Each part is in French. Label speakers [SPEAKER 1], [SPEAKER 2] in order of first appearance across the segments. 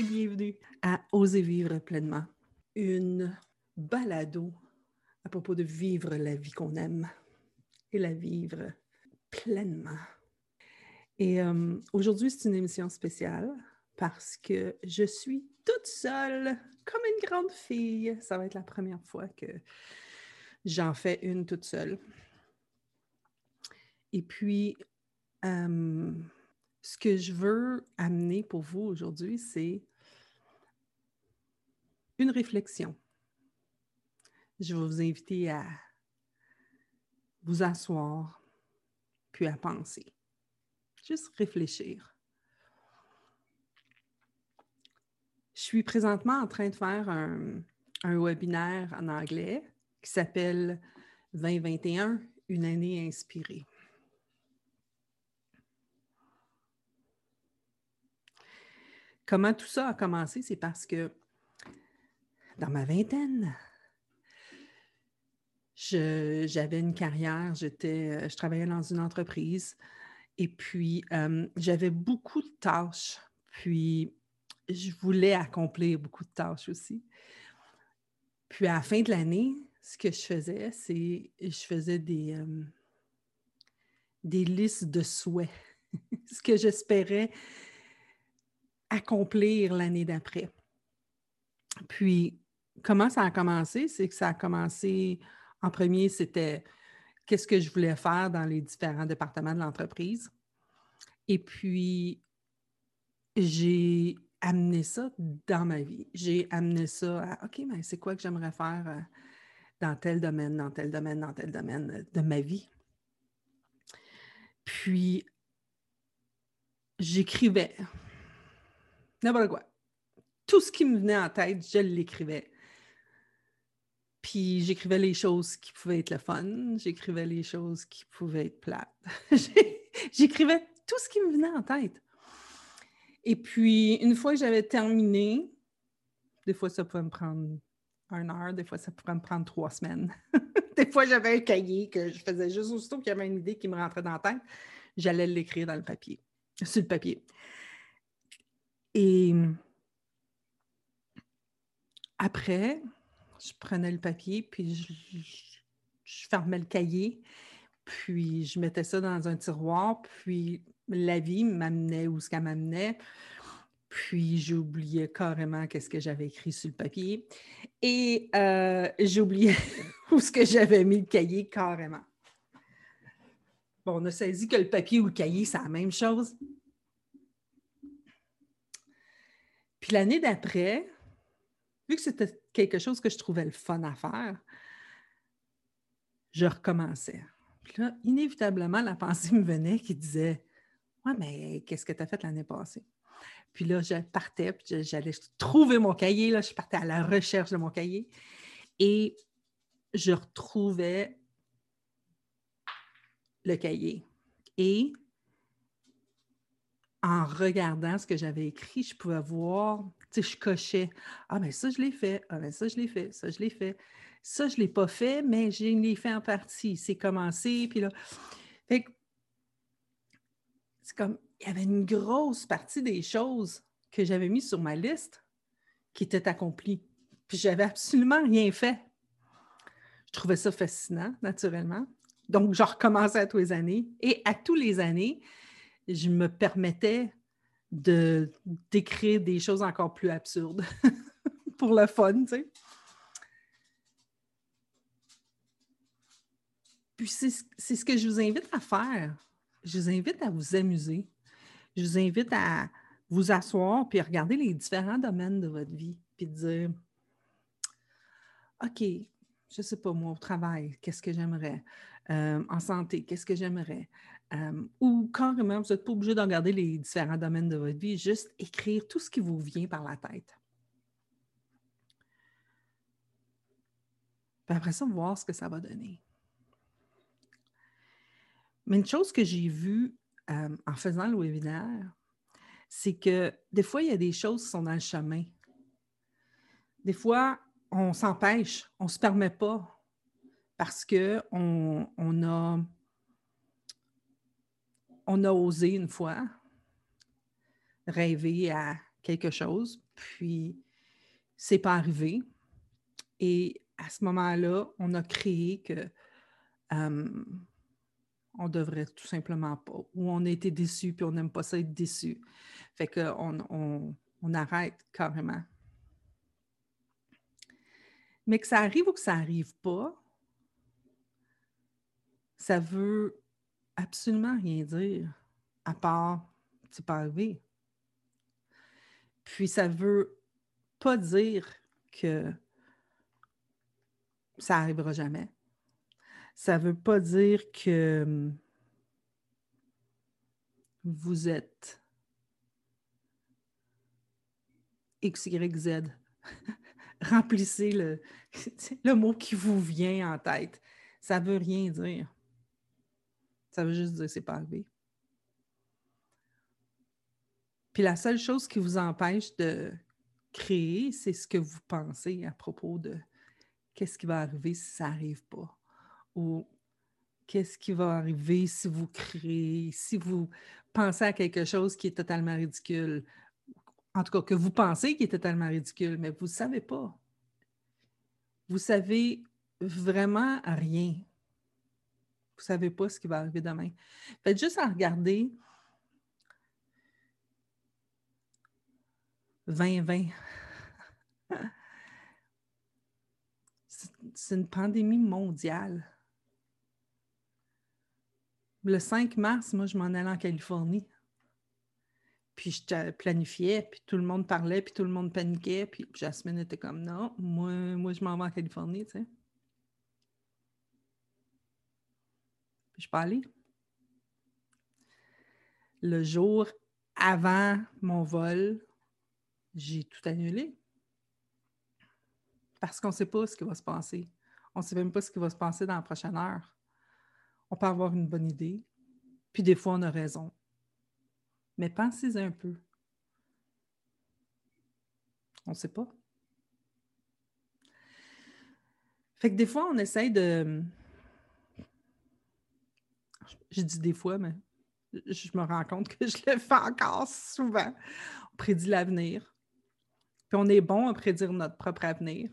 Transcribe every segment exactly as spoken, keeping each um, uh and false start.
[SPEAKER 1] Bienvenue à Oser vivre pleinement, une balado à propos de vivre la vie qu'on aime et la vivre pleinement. Et euh, aujourd'hui, c'est une émission spéciale parce que je suis toute seule comme une grande fille. Ça va être la première fois que j'en fais une toute seule. Et puis, euh, ce que je veux amener pour vous aujourd'hui, c'est une réflexion. Je vais vous inviter à vous asseoir, puis à penser. Juste réfléchir. Je suis présentement en train de faire un, un webinaire en anglais qui s'appelle vingt vingt et un, une année inspirée. Comment tout ça a commencé? C'est parce que dans ma vingtaine, je, j'avais une carrière, j'étais, je travaillais dans une entreprise et puis euh, j'avais beaucoup de tâches. Puis je voulais accomplir beaucoup de tâches aussi. Puis à la fin de l'année, ce que je faisais, c'est je faisais des, euh, des listes de souhaits, ce que j'espérais accomplir l'année d'après. Puis, comment ça a commencé? C'est que ça a commencé, en premier, c'était qu'est-ce que je voulais faire dans les différents départements de l'entreprise. Et puis, j'ai amené ça dans ma vie. J'ai amené ça à, OK, mais c'est quoi que j'aimerais faire dans tel domaine, dans tel domaine, dans tel domaine de ma vie? Puis, j'écrivais n'importe quoi. Tout ce qui me venait en tête, je l'écrivais. Puis, j'écrivais les choses qui pouvaient être le fun. J'écrivais les choses qui pouvaient être plates. J'écrivais tout ce qui me venait en tête. Et puis, une fois que j'avais terminé, des fois, ça pouvait me prendre une heure, des fois, ça pouvait me prendre trois semaines. Des fois, j'avais un cahier que je faisais juste aussitôt qu'il y avait une idée qui me rentrait dans la tête, j'allais l'écrire dans le papier, sur le papier. Et après, je prenais le papier, puis je, je, je fermais le cahier, puis je mettais ça dans un tiroir, puis la vie m'amenait où ce qu'elle m'amenait, puis j'oubliais carrément qu'est-ce que j'avais écrit sur le papier, et euh, j'oubliais où ce que j'avais mis le cahier carrément. Bon, on a saisi que le papier ou le cahier, c'est la même chose. Puis l'année d'après, vu que c'était quelque chose que je trouvais le fun à faire, je recommençais. Puis là, inévitablement, la pensée me venait qui disait « Ouais, mais qu'est-ce que tu as fait l'année passée? » Puis là, je partais, puis j'allais trouver mon cahier. Là, je partais à la recherche de mon cahier et je retrouvais le cahier. Et en regardant ce que j'avais écrit, je pouvais voir, tu sais, je cochais. Ah, bien ça, je l'ai fait. Ah, bien ça, je l'ai fait. Ça, je l'ai fait. Ça, je ne l'ai pas fait, mais je l'ai fait en partie. C'est commencé, puis là. Fait que c'est comme, il y avait une grosse partie des choses que j'avais mises sur ma liste qui étaient accomplies. Puis j'avais absolument rien fait. Je trouvais ça fascinant, naturellement. Donc, je recommençais à tous les années. Et à tous les années, je me permettais de, d'écrire des choses encore plus absurdes pour le fun, tu sais. Puis c'est, c'est ce que je vous invite à faire. Je vous invite à vous amuser. Je vous invite à vous asseoir puis à regarder les différents domaines de votre vie puis de dire « OK, je ne sais pas, moi, au travail, qu'est-ce que j'aimerais? Euh, en santé, qu'est-ce que j'aimerais? Euh, » Ou carrément, vous n'êtes pas obligé de regarder les différents domaines de votre vie, juste écrire tout ce qui vous vient par la tête. Puis après ça, voir ce que ça va donner. Mais une chose que j'ai vue euh, en faisant le webinaire, c'est que des fois, il y a des choses qui sont dans le chemin. Des fois, on s'empêche, on ne se permet pas parce qu'on on a, on a osé une fois rêver à quelque chose. Puis, c'est pas arrivé. Et à ce moment-là, on a créé que euh, on devrait tout simplement pas. Ou on a été déçus, puis on n'aime pas ça être déçu. Fait qu'on on, on arrête carrément. Mais que ça arrive ou que ça arrive pas, ça veut absolument rien dire, à part c'est pas arrivé. Puis ça veut pas dire que ça arrivera jamais. Ça veut pas dire que hum, vous êtes X, Y, Z. Remplissez le, le mot qui vous vient en tête. Ça veut rien dire. Ça veut juste dire c'est pas arrivé. Puis la seule chose qui vous empêche de créer, c'est ce que vous pensez à propos de qu'est-ce qui va arriver si ça n'arrive pas. Ou qu'est-ce qui va arriver si vous créez, si vous pensez à quelque chose qui est totalement ridicule. En tout cas, que vous pensez qui est totalement ridicule, mais vous ne savez pas. Vous savez vraiment rien. Vous ne savez pas ce qui va arriver demain. Faites juste en regarder vingt vingt. C'est une pandémie mondiale. Le cinq mars, moi, je m'en allais en Californie. Puis je planifiais, puis tout le monde parlait, puis tout le monde paniquait. Puis Jasmine était comme, non, moi, moi je m'en vais en Californie, tu sais. Puis je suis pas allée. Le jour avant mon vol, j'ai tout annulé. Parce qu'on ne sait pas ce qui va se passer. On ne sait même pas ce qui va se passer dans la prochaine heure. On peut avoir une bonne idée, puis des fois, on a raison. Mais pensez un peu. On ne sait pas. Fait que des fois, on essaye de... Je dis des fois, mais je me rends compte que je le fais encore souvent. On prédit l'avenir. Puis on est bon à prédire notre propre avenir.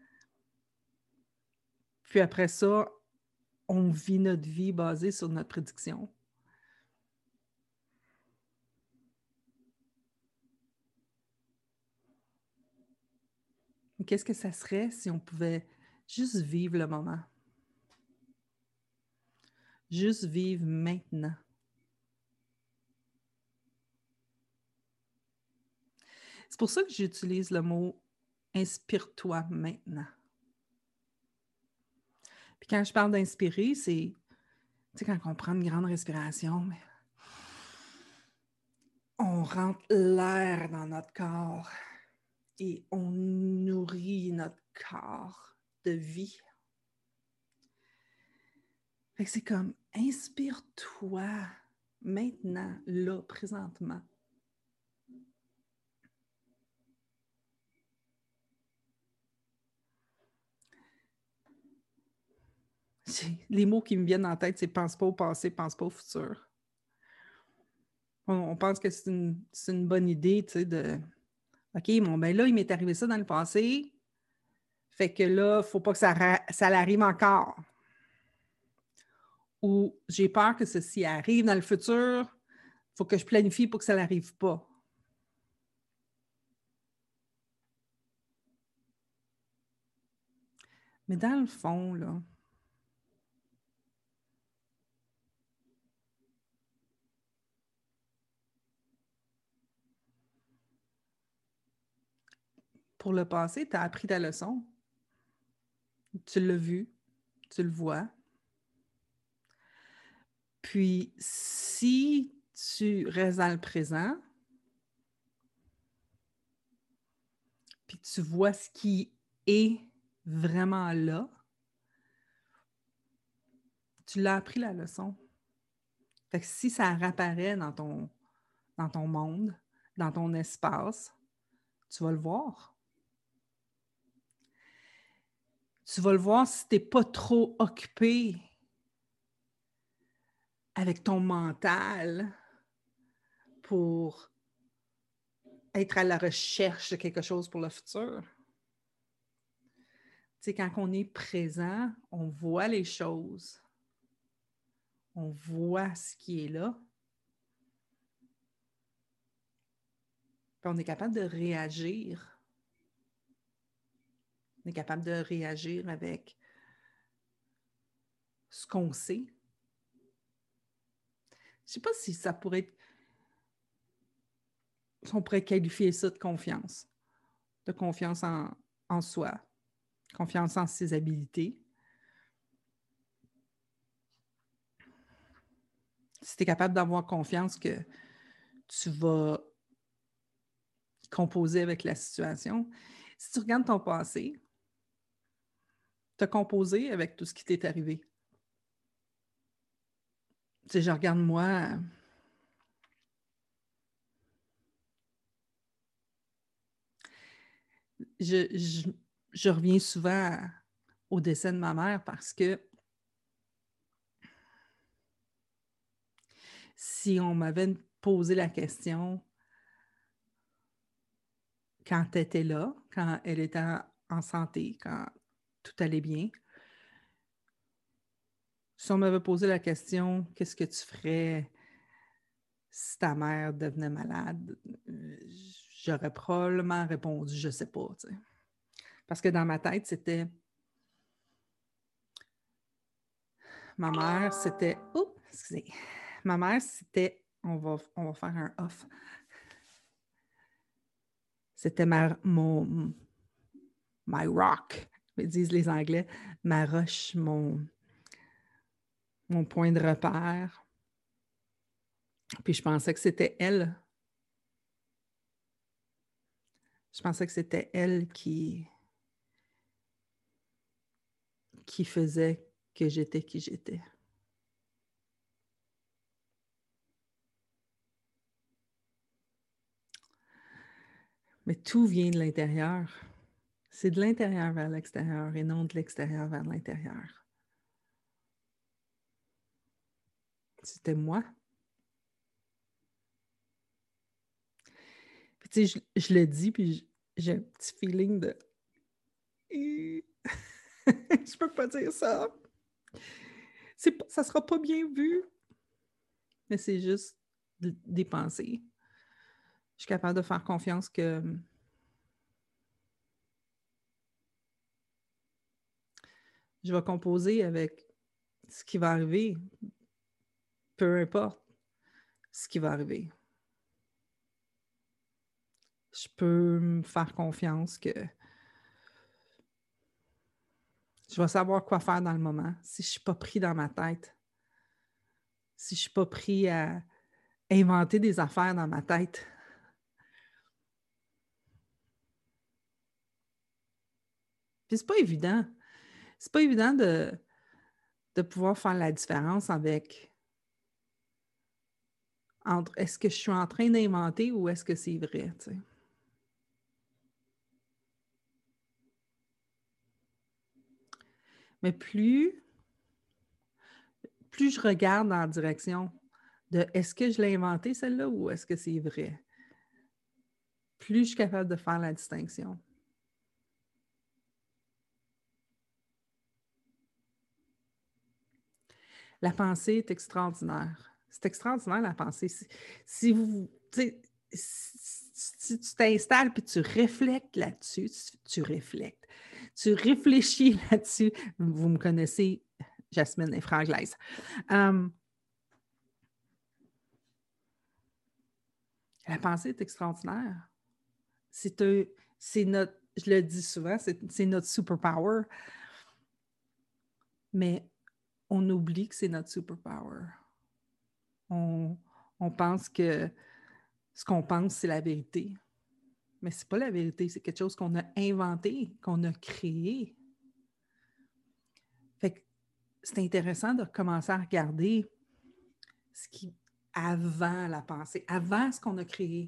[SPEAKER 1] Puis après ça, on vit notre vie basée sur notre prédiction. Mais qu'est-ce que ça serait si on pouvait juste vivre le moment? Juste vivre maintenant. C'est pour ça que j'utilise le mot « inspire-toi maintenant ». Puis quand je parle d'inspirer, c'est, tu sais, quand on prend une grande respiration, mais on rentre l'air dans notre corps et on nourrit notre corps de vie. Fait que c'est comme, inspire-toi maintenant, là, présentement. Les mots qui me viennent en tête, c'est « pense pas au passé, pense pas au futur ». On, on pense que c'est une, c'est une bonne idée, tu sais, de « OK, bon, ben là, il m'est arrivé ça dans le passé, fait que là, il ne faut pas que ça, ça l'arrive encore. » Ou « j'ai peur que ceci arrive dans le futur, il faut que je planifie pour que ça n'arrive pas. » Mais dans le fond, là, pour le passé, tu as appris ta leçon. Tu l'as vu, tu le vois. Puis, si tu restes dans le présent, puis tu vois ce qui est vraiment là, tu l'as appris la leçon. Fait que si ça réapparaît dans ton, dans ton monde, dans ton espace, tu vas le voir. Tu vas le voir si tu n'es pas trop occupé avec ton mental pour être à la recherche de quelque chose pour le futur. Tu sais, quand on est présent, on voit les choses. On voit ce qui est là. Puis on est capable de réagir. On est capable de réagir avec ce qu'on sait. Je ne sais pas si ça pourrait être... Si on pourrait qualifier ça de confiance. De confiance en, en soi. Confiance en ses habilités. Si tu es capable d'avoir confiance que tu vas composer avec la situation. Si tu regardes ton passé, tu as composé avec tout ce qui t'est arrivé. Tu sais, je regarde moi... Je, je, je reviens souvent à, au décès de ma mère parce que si on m'avait posé la question quand elle était là, quand elle était en, en santé, quand tout allait bien, si on m'avait posé la question « Qu'est-ce que tu ferais si ta mère devenait malade? » J'aurais probablement répondu « Je ne sais pas. » tu sais. Parce que dans ma tête, c'était... Ma mère, c'était... Oups, excusez. Ma mère, c'était... On va, on va faire un off. C'était ma, mon... My rock, me disent les Anglais. Ma roche, mon... mon point de repère. Puis je pensais que c'était elle. Je pensais que c'était elle qui... qui faisait que j'étais qui j'étais. Mais tout vient de l'intérieur. C'est de l'intérieur vers l'extérieur et non de l'extérieur vers l'intérieur. C'était moi. Puis tu sais, je, je le dis, puis j'ai un petit feeling de... je peux pas dire ça. C'est, ça sera pas bien vu. Mais c'est juste des pensées. Je suis capable de faire confiance que je vais composer avec ce qui va arriver, peu importe ce qui va arriver. Je peux me faire confiance que je vais savoir quoi faire dans le moment si je ne suis pas pris dans ma tête, si je ne suis pas pris à inventer des affaires dans ma tête. Puis c'est pas évident. C'est pas évident de, de pouvoir faire la différence avec entre est-ce que je suis en train d'inventer ou est-ce que c'est vrai, tu sais. Mais plus, plus je regarde en direction de est-ce que je l'ai inventé celle-là ou est-ce que c'est vrai, plus je suis capable de faire la distinction. La pensée est extraordinaire. C'est extraordinaire, la pensée. Si, si vous, tu sais, si tu t'installes puis tu réflectes là-dessus, tu, tu réflectes, tu réfléchis là-dessus, vous me connaissez, Jasmine et Franglaise. Um, la pensée est extraordinaire. C'est, un, c'est notre, je le dis souvent, c'est, c'est notre superpower, mais on oublie que c'est notre superpower. On, on pense que ce qu'on pense, c'est la vérité. Mais ce n'est pas la vérité, c'est quelque chose qu'on a inventé, qu'on a créé. Fait que c'est intéressant de commencer à regarder ce qui avant la pensée, avant ce qu'on a créé.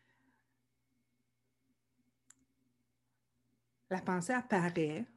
[SPEAKER 1] La pensée apparaît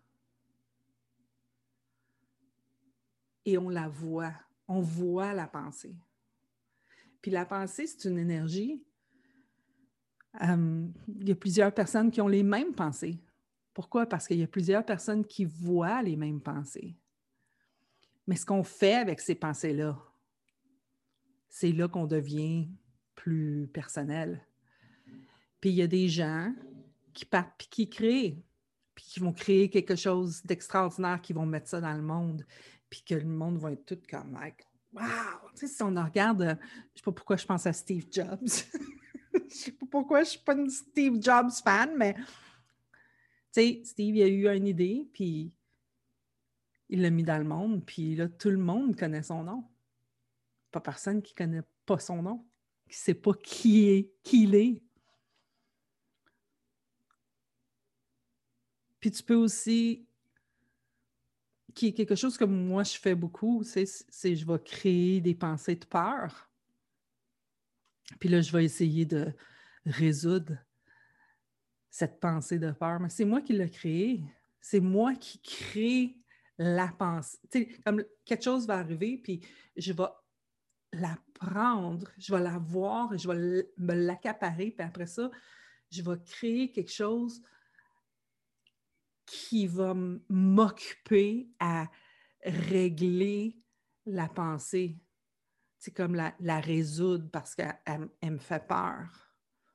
[SPEAKER 1] et on la voit. On voit la pensée. Puis la pensée, c'est une énergie Euh, il y a plusieurs personnes qui ont les mêmes pensées. Pourquoi? Parce qu'il y a plusieurs personnes qui voient les mêmes pensées. Mais ce qu'on fait avec ces pensées-là, c'est là qu'on devient plus personnel. Puis il y a des gens qui partent puis qui créent, puis qui vont créer quelque chose d'extraordinaire, qui vont mettre ça dans le monde, puis que le monde va être tout comme like, wow! Tu sais, si on regarde, euh, je ne sais pas pourquoi je pense à Steve Jobs. Je ne sais pas pourquoi je ne suis pas une Steve Jobs fan, mais tu sais, Steve, il a eu une idée, puis il l'a mis dans le monde, puis là, tout le monde connaît son nom. Pas personne qui ne connaît pas son nom, qui ne sait pas qui est, qui il est. Puis tu peux aussi, qui est quelque chose que moi je fais beaucoup, c'est, c'est je vais créer des pensées de peur. Puis là, je vais essayer de résoudre cette pensée de peur. Mais c'est moi qui l'ai créée. C'est moi qui crée la pensée. Tu sais, comme quelque chose va arriver, puis je vais la prendre, je vais la voir, je vais me l'accaparer, puis après ça, je vais créer quelque chose qui va m'occuper à régler la pensée. C'est comme la, la résoudre parce qu'elle elle, elle me fait peur.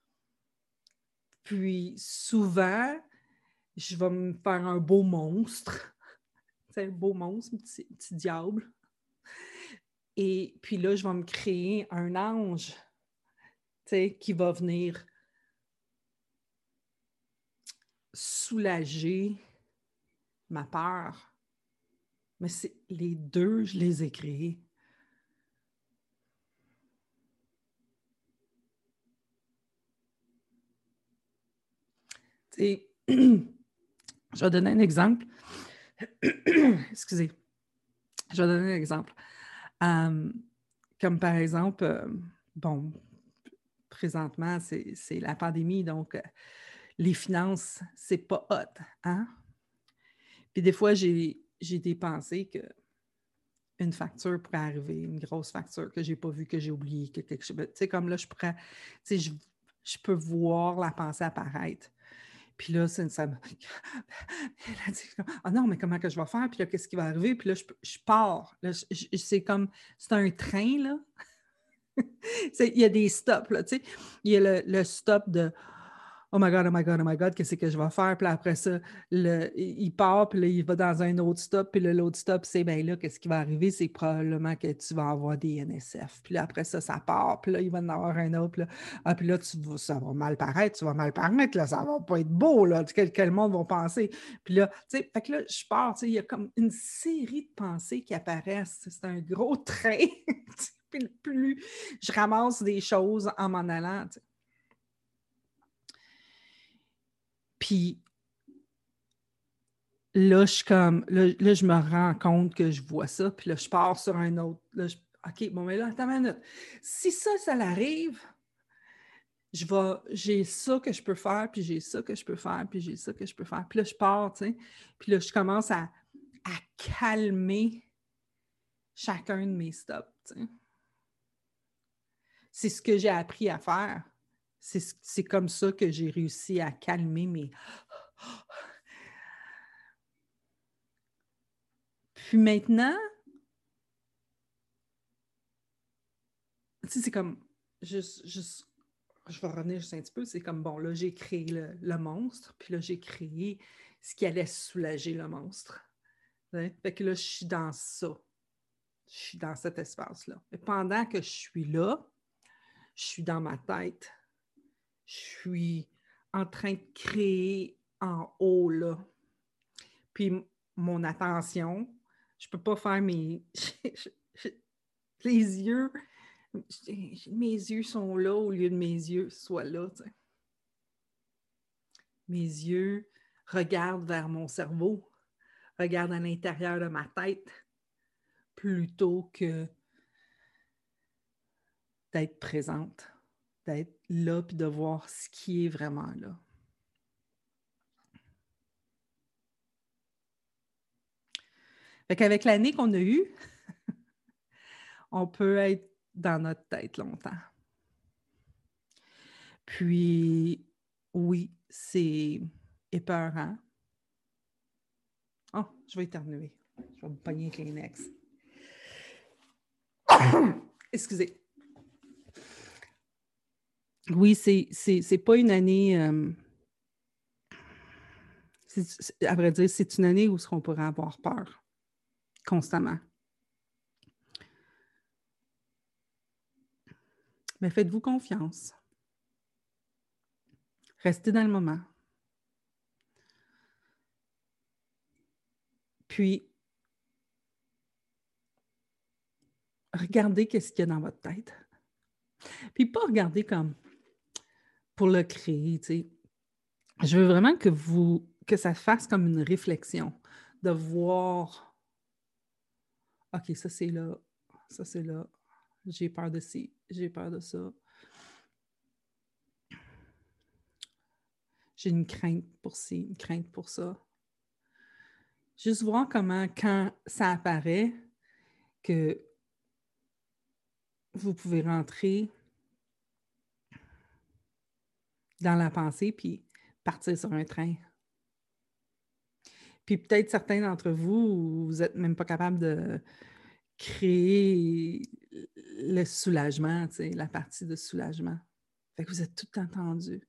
[SPEAKER 1] Puis souvent, je vais me faire un beau monstre. C'est un beau monstre, un petit, petit diable. Et puis là, je vais me créer un ange, qui va venir soulager ma peur. Mais c'est, les deux, je les ai créés. Et je vais donner un exemple. Excusez. Je vais donner un exemple. Um, comme par exemple, euh, bon, présentement, c'est, c'est la pandémie, donc euh, les finances, c'est pas hot, hein? Puis des fois, j'ai, j'ai des pensées que une facture pourrait arriver, une grosse facture que j'ai pas vue, que j'ai oubliée, que quelque chose. Tu sais, comme là, je pourrais, tu sais, je, je peux voir la pensée apparaître. Puis là, ça, ça me... Elle a dit, ah non, mais comment que je vais faire? Puis là, qu'est-ce qui va arriver? Puis là, je, je pars. Là, je, je, c'est comme, c'est un train, là. Il y a des stops, là, tu sais. Il y a le, le stop de oh my God, oh my God, oh my God, qu'est-ce que je vais faire? Puis là, après ça, le, il part, puis là, il va dans un autre stop, puis là, l'autre stop, c'est bien là, qu'est-ce qui va arriver? C'est probablement que tu vas avoir des N S F. Puis là, après ça, ça part, puis là, il va en avoir un autre. Puis là, ah, puis là tu vas, ça va mal paraître, tu vas mal paraître, là, ça va pas être beau, là, quel, quel monde va penser. Puis là, tu sais, fait que là, je pars, tu sais, il y a comme une série de pensées qui apparaissent. C'est un gros train. Puis plus je ramasse des choses en m'en allant, tu sais. Puis là, je, comme, là, là, je me rends compte que je vois ça, puis là, je pars sur un autre. Là, je, OK, bon, mais là, attends une minute. Si ça, ça l'arrive, je vais, j'ai ça que je peux faire, puis j'ai ça que je peux faire, puis j'ai ça que je peux faire. Puis là, je pars, tu sais. Puis là, je commence à, à calmer chacun de mes stops, tu sais. C'est ce que j'ai appris à faire. C'est, c'est comme ça que j'ai réussi à calmer mes... Puis maintenant, tu sais, c'est comme, juste, juste, je vais revenir juste un petit peu, c'est comme, bon, là, j'ai créé le, le monstre, puis là, j'ai créé ce qui allait soulager le monstre. Ouais? Fait que là, je suis dans ça. Je suis dans cet espace-là. Et pendant que je suis là, je suis dans ma tête. Je suis en train de créer en haut, là. Puis mon attention, je peux pas faire mes... les yeux... Mes yeux sont là au lieu de mes yeux soient là. T'sais. Mes yeux regardent vers mon cerveau, regardent à l'intérieur de ma tête, plutôt que d'être présente, d'être là puis de voir ce qui est vraiment là. Fait qu'avec l'année qu'on a eue, on peut être dans notre tête longtemps. Puis, oui, c'est épeurant. Oh, je vais éternuer. Je vais me pogner un Kleenex. Excusez. Oui, c'est, c'est, c'est pas une année... Euh, c'est, c'est- à vrai dire, c'est une année où on pourrait avoir peur constamment. Mais faites-vous confiance. Restez dans le moment. Puis, regardez qu'est-ce qu'il y a dans votre tête. Puis pas regarder comme pour le créer, tu sais. Je veux vraiment que vous, que ça fasse comme une réflexion, de voir, OK, ça c'est là, ça c'est là, j'ai peur de ci, j'ai peur de ça. J'ai une crainte pour ci, une crainte pour ça. Juste voir comment, quand ça apparaît, que vous pouvez rentrer dans la pensée puis partir sur un train. Puis peut-être certains d'entre vous, vous n'êtes même pas capable de créer le soulagement, tu sais, la partie de soulagement. Fait que vous êtes tout le temps tendu.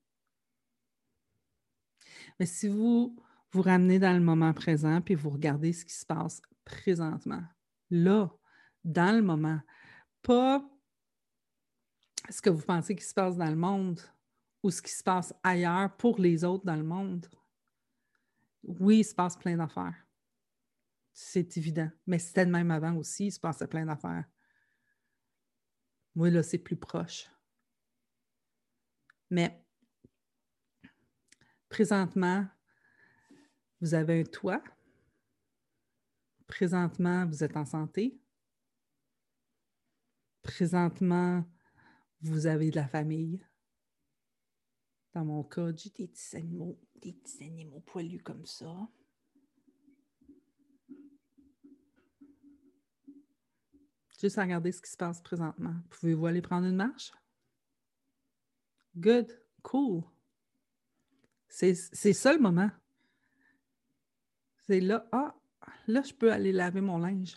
[SPEAKER 1] Mais si vous vous ramenez dans le moment présent puis vous regardez ce qui se passe présentement, là, dans le moment, pas ce que vous pensez qui se passe dans le monde ou ce qui se passe ailleurs pour les autres dans le monde. Oui, il se passe plein d'affaires. C'est évident. Mais c'était de même avant aussi, il se passait plein d'affaires. Moi, là, c'est plus proche. Mais présentement, vous avez un toit. Présentement, vous êtes en santé. Présentement, vous avez de la famille. Dans mon cas, j'ai des petits animaux, des petits animaux poilus comme ça. Juste à regarder ce qui se passe présentement. Pouvez-vous aller prendre une marche? Good, cool. C'est, c'est ça le moment. C'est là, ah, là, je peux aller laver mon linge.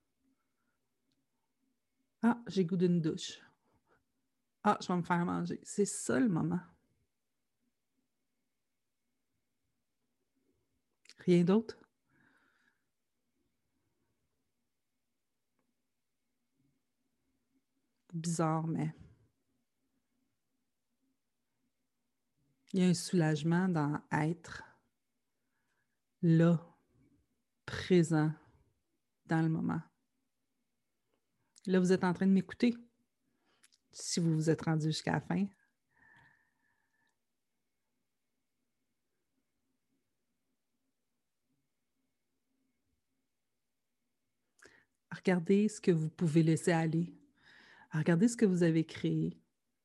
[SPEAKER 1] Ah, j'ai goût d'une douche. Ah, je vais me faire manger. C'est ça le moment. Rien d'autre? Bizarre, mais il y a un soulagement dans être là, présent, dans le moment. Là, vous êtes en train de m'écouter. Si vous vous êtes rendu jusqu'à la fin. Regardez ce que vous pouvez laisser aller. Regardez ce que vous avez créé.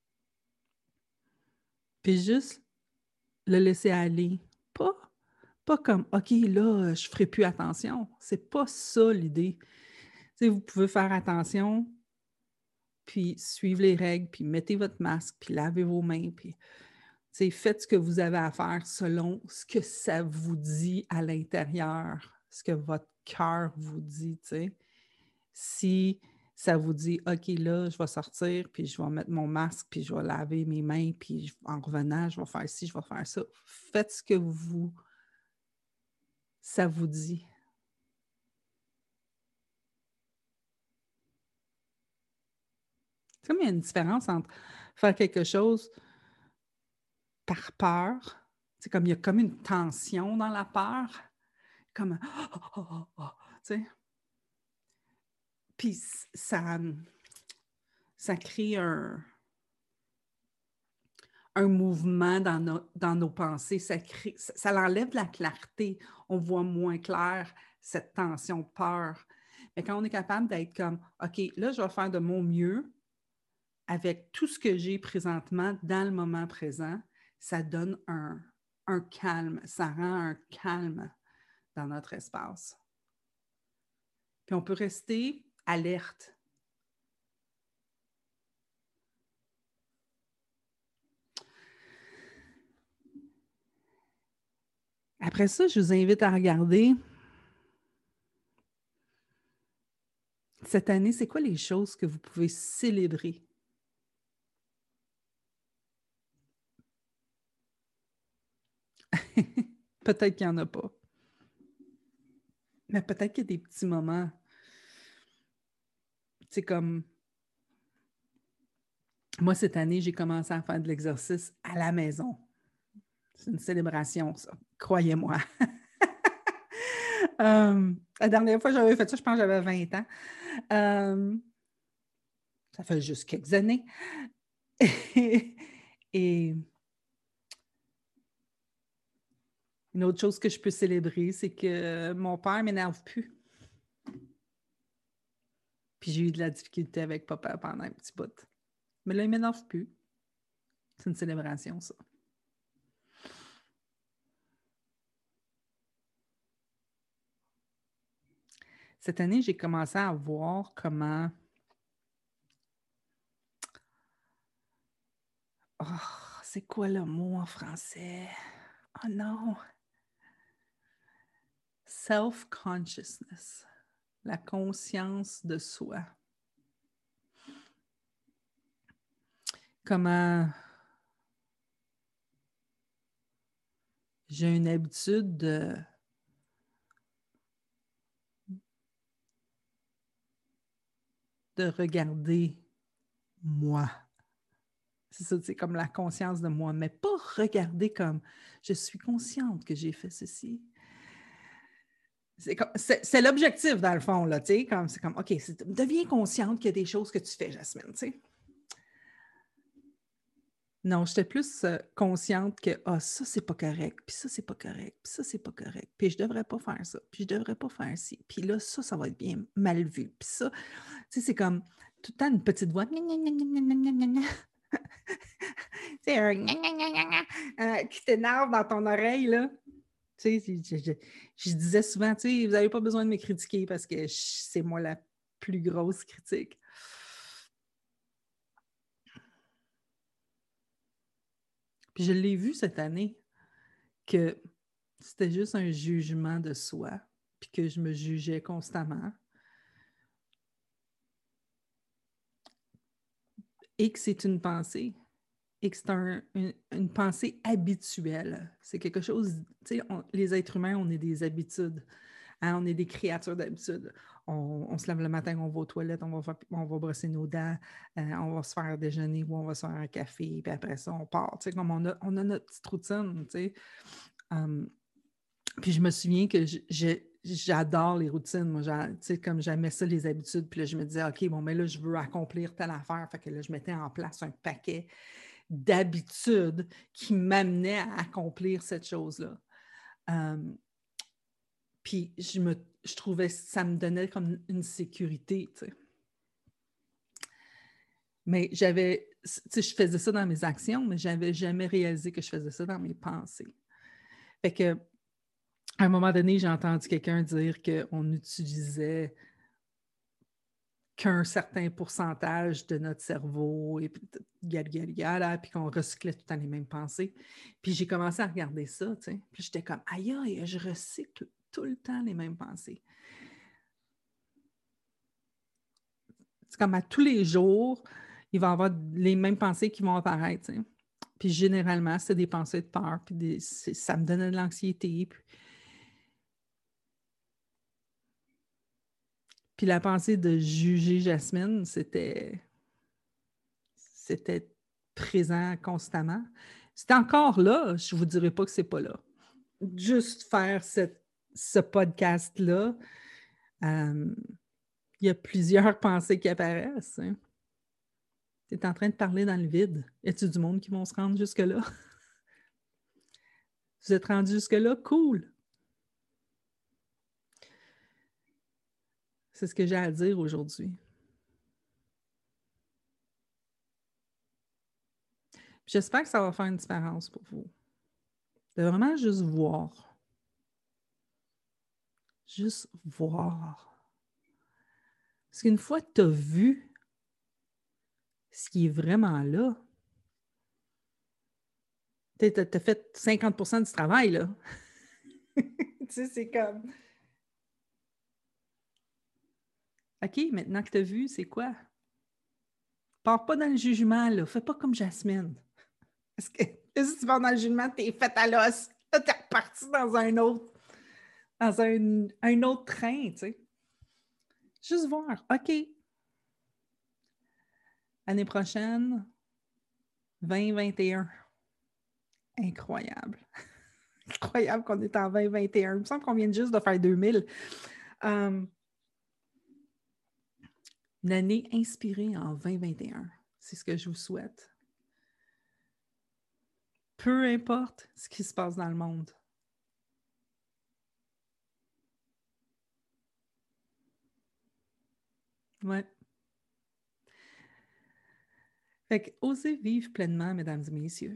[SPEAKER 1] Puis juste le laisser aller. Pas, pas comme, OK, là, je ne ferai plus attention. C'est pas ça l'idée. Tu sais, vous pouvez faire attention, puis suivre les règles, puis mettez votre masque, puis lavez vos mains, puis tu sais, faites ce que vous avez à faire selon ce que ça vous dit à l'intérieur, ce que votre cœur vous dit, tu sais. Si ça vous dit, OK, là, je vais sortir, puis je vais mettre mon masque, puis je vais laver mes mains, puis je- en revenant, je vais faire ci, je vais faire ça. Faites ce que vous, ça vous dit. C'est comme il y a une différence entre faire quelque chose par peur, c'est comme il y a comme une tension dans la peur, comme un oh, oh, oh, oh, tu sais. Puis ça, ça crée un, un mouvement dans nos, dans nos pensées. Ça, crée, ça, ça enlève la clarté. On voit moins clair cette tension, peur. Mais quand on est capable d'être comme, OK, là, je vais faire de mon mieux avec tout ce que j'ai présentement dans le moment présent, ça donne un, un calme. Ça rend un calme dans notre espace. Puis on peut rester alerte. Après ça, je vous invite à regarder cette année, c'est quoi les choses que vous pouvez célébrer? Peut-être qu'il n'y en a pas. Mais peut-être qu'il y a des petits moments. C'est comme moi, cette année, j'ai commencé à faire de l'exercice à la maison. C'est une célébration, ça. Croyez-moi. euh, la dernière fois que j'avais fait ça, je pense que j'avais vingt ans. Euh, ça fait juste quelques années. Et une autre chose que je peux célébrer, c'est que mon père ne m'énerve plus. Puis j'ai eu de la difficulté avec papa pendant un petit bout. Mais là, il ne m'énerve plus. C'est une célébration, ça. Cette année, j'ai commencé à voir comment... Oh, c'est quoi le mot en français? Oh non! Self-consciousness. La conscience de soi. Comment j'ai une habitude de... de regarder moi. C'est ça, c'est comme la conscience de moi, mais pas regarder comme je suis consciente que j'ai fait ceci. C'est, comme, c'est, c'est l'objectif, dans le fond, là, tu sais, comme, c'est comme, OK, c'est, deviens consciente qu'il y a des choses que tu fais, Jasmine, tu sais. Non, j'étais plus euh, consciente que, ah, ça, c'est pas correct, puis ça, c'est pas correct, puis ça, c'est pas correct, puis je devrais pas faire ça, puis je devrais pas faire ci, puis là, ça, ça va être bien mal vu, puis ça, tu sais, c'est comme tout le temps une petite voix, c'est un euh, qui t'énerve dans ton oreille, là. Tu sais, je, je, je disais souvent, tu sais, vous n'avez pas besoin de me critiquer parce que je, c'est moi la plus grosse critique. Puis je l'ai vu cette année que c'était juste un jugement de soi, puis que je me jugeais constamment. Et que c'est une pensée, et que c'est un, une, une pensée habituelle. C'est quelque chose, tu sais, on, les êtres humains, on est des habitudes. Hein, on est des créatures d'habitude. On, on se lève le matin, on va aux toilettes, on va, faire, on va brosser nos dents, euh, on va se faire déjeuner ou on va se faire un café, puis après ça, on part. Tu sais, comme on a, on a notre petite routine, tu sais. Um, puis je me souviens que je, je, j'adore les routines. Moi, tu sais, comme j'aimais ça, les habitudes. Puis là, je me disais, OK, bon, mais là, je veux accomplir telle affaire. Fait que là, je mettais en place un paquet d'habitudes qui m'amenaient à accomplir cette chose-là. Um, puis je me je trouvais ça me donnait comme une sécurité, tu sais. Mais j'avais, tu sais, je faisais ça dans mes actions, mais je n'avais jamais réalisé que je faisais ça dans mes pensées. Fait que, à un moment donné, j'ai entendu quelqu'un dire qu'on utilisait qu'un certain pourcentage de notre cerveau, et puis, puis qu'on recyclait tout le temps les mêmes pensées. Puis j'ai commencé à regarder ça, tu sais. Puis j'étais comme, aïe, aïe, je recycle tout le temps les mêmes pensées. C'est comme à tous les jours, il va y avoir les mêmes pensées qui vont apparaître. T'sais. Puis généralement, c'est des pensées de peur, puis des, ça me donnait de l'anxiété. Puis, puis la pensée de juger Jasmine, c'était, c'était présent constamment. C'est encore là, je ne vous dirai pas que c'est pas là. Juste faire cette, ce podcast-là, euh, il y a plusieurs pensées qui apparaissent. Hein. Tu es en train de parler dans le vide. Y a-t-il du monde qui vont se rendre jusque-là? Vous êtes rendu jusque-là? Cool! C'est ce que j'ai à dire aujourd'hui. J'espère que ça va faire une différence pour vous. De vraiment juste voir. Juste voir. Parce qu'une fois que tu as vu ce qui est vraiment là, tu as fait cinquante pour cent du travail, là. Tu sais, c'est comme... OK, maintenant que tu as vu, c'est quoi? Pars pas dans le jugement, là. Fais pas comme Jasmine. Parce que là, si tu vas dans le jugement, t'es fait à l'os. Là, t'es reparti dans un autre, dans un, un autre train, tu sais. Juste voir. OK. Année prochaine, vingt vingt et un. Incroyable. Incroyable qu'on est en vingt vingt et un. Il me semble qu'on vient juste de faire deux mille. Um, une année inspirée en vingt vingt et un. C'est ce que je vous souhaite. Peu importe ce qui se passe dans le monde. Ouais. Fait que, osez vivre pleinement, mesdames et messieurs.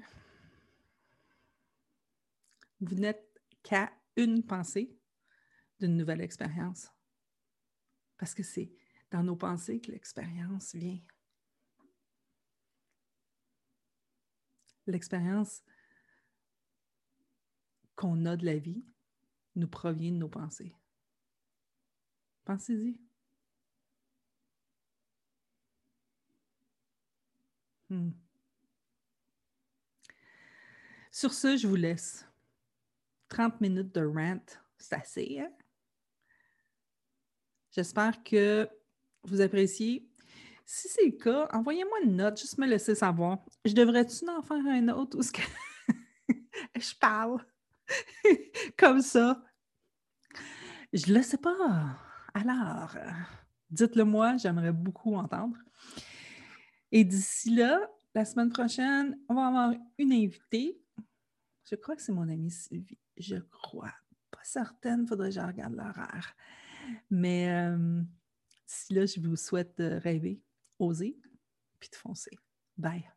[SPEAKER 1] Vous n'êtes qu'à une pensée d'une nouvelle expérience. Parce que c'est dans nos pensées que l'expérience vient. L'expérience qu'on a de la vie nous provient de nos pensées. Pensez-y. Hmm. Sur ce, je vous laisse. trente minutes de rant, c'est assez, hein? J'espère que vous appréciez. Si c'est le cas, envoyez-moi une note, juste me laisser savoir. Je devrais-tu en faire un autre ou ce que je parle comme ça? Je ne le sais pas. Alors, dites-le moi, j'aimerais beaucoup entendre. Et d'ici là, la semaine prochaine, on va avoir une invitée. Je crois que c'est mon amie Sylvie. Je crois. Pas certaine, il faudrait que je regarde l'horaire. Mais euh, d'ici là, je vous souhaite de rêver, oser, puis de foncer. Bye!